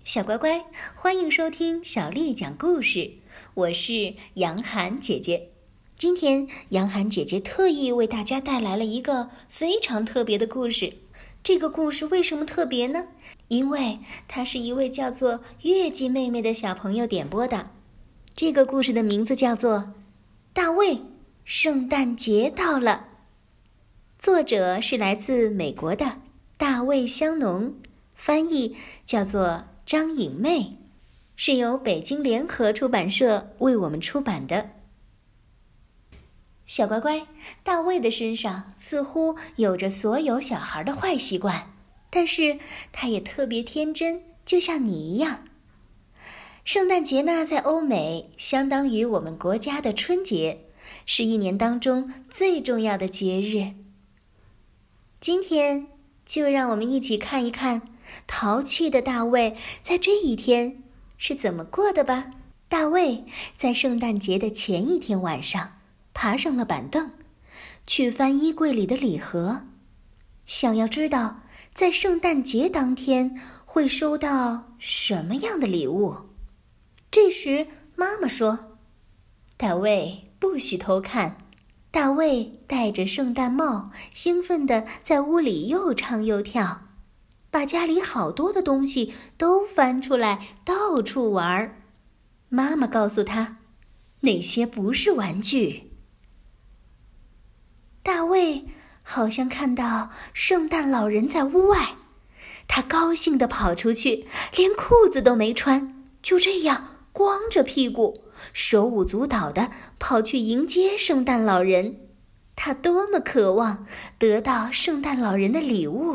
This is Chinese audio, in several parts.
小乖乖，欢迎收听小丽讲故事，我是杨涵姐姐。今天杨涵姐姐特意为大家带来了一个非常特别的故事。这个故事为什么特别呢？因为它是一位叫做月季妹妹的小朋友点播的。这个故事的名字叫做大卫，圣诞节到了。作者是来自美国的大卫香农，翻译叫做张颖妹，是由北京联合出版社为我们出版的。小乖乖，大卫的身上似乎有着所有小孩的坏习惯，但是他也特别天真，就像你一样。圣诞节呢，在欧美相当于我们国家的春节，是一年当中最重要的节日。今天就让我们一起看一看淘气的大卫在这一天是怎么过的吧。大卫在圣诞节的前一天晚上爬上了板凳，去翻衣柜里的礼盒，想要知道在圣诞节当天会收到什么样的礼物。这时妈妈说，大卫不许偷看。大卫戴着圣诞帽，兴奋地在屋里又唱又跳，把家里好多的东西都翻出来到处玩。妈妈告诉他，那些不是玩具。大卫好像看到圣诞老人在屋外，他高兴地跑出去，连裤子都没穿，就这样光着屁股，手舞足蹈地跑去迎接圣诞老人。他多么渴望得到圣诞老人的礼物。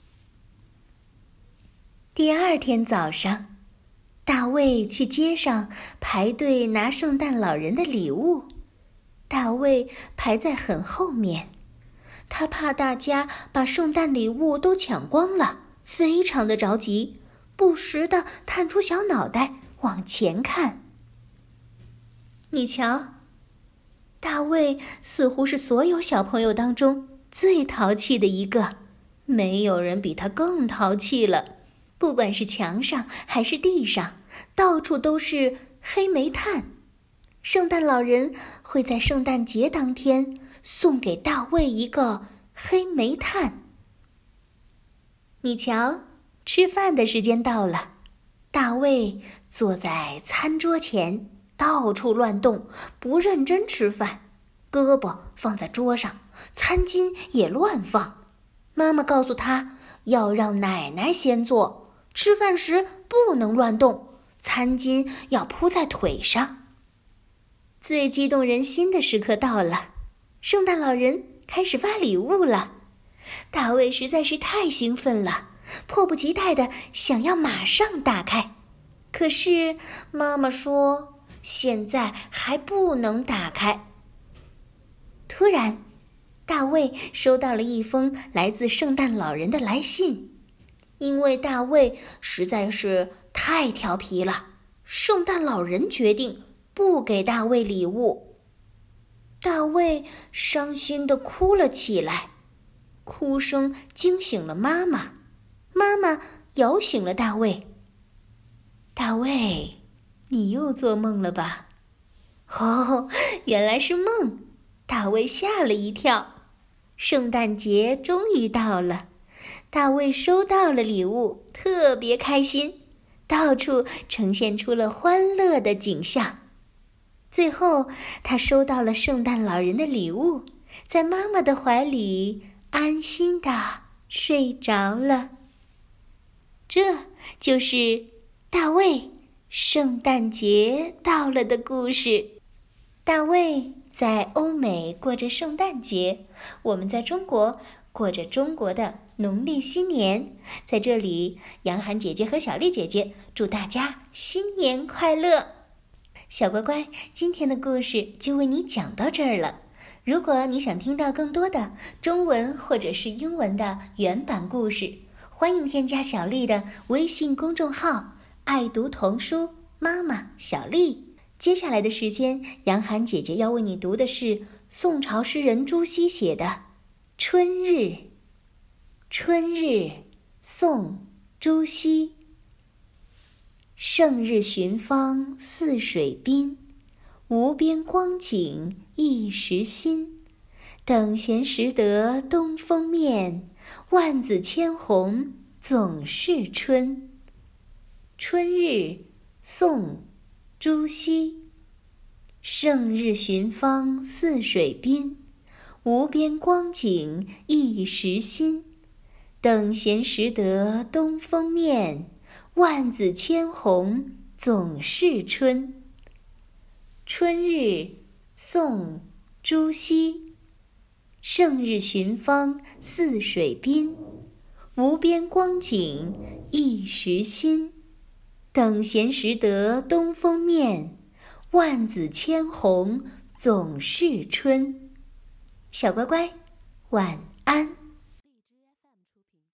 第二天早上，大卫去街上排队拿圣诞老人的礼物。大卫排在很后面，他怕大家把圣诞礼物都抢光了，非常的着急，不时地探出小脑袋往前看。你瞧，大卫似乎是所有小朋友当中最淘气的一个，没有人比他更淘气了。不管是墙上还是地上，到处都是黑煤炭。圣诞老人会在圣诞节当天送给大卫一个黑煤炭。你瞧，吃饭的时间到了，大卫坐在餐桌前，到处乱动，不认真吃饭，胳膊放在桌上，餐巾也乱放。妈妈告诉他，要让奶奶先做，吃饭时不能乱动，餐巾要铺在腿上。最激动人心的时刻到了，圣诞老人开始发礼物了。大卫实在是太兴奋了，迫不及待地想要马上打开。可是妈妈说，现在还不能打开。突然，大卫收到了一封来自圣诞老人的来信。因为大卫实在是太调皮了，圣诞老人决定不给大卫礼物。大卫伤心地哭了起来，哭声惊醒了妈妈，妈妈摇醒了大卫。大卫，你又做梦了吧？哦，原来是梦。大卫吓了一跳。圣诞节终于到了，大卫收到了礼物，特别开心，到处呈现出了欢乐的景象。最后，他收到了圣诞老人的礼物，在妈妈的怀里安心地睡着了。这就是大卫，圣诞节到了的故事。大卫在欧美过着圣诞节，我们在中国过着中国的农历新年。在这里，杨涵姐姐和小丽姐姐祝大家新年快乐。小乖乖，今天的故事就为你讲到这儿了。如果你想听到更多的中文或者是英文的原版故事，欢迎添加小丽的微信公众号爱读童书妈妈小丽。接下来的时间，杨涵姐姐要为你读的是宋朝诗人朱熹写的《春日》。春日，宋·朱熹。 胜日寻芳泗水滨，无边光景一时新。等闲识得东风面，万紫千红总是春。春日，宋·朱熹。胜日寻芳泗水滨，无边光景一时新。等闲识得东风面，万紫千红总是春。春日，宋·朱熹。胜日寻芳泗水滨，无边光景一时新。等闲识得东风面，万紫千红总是春。小乖乖，晚安。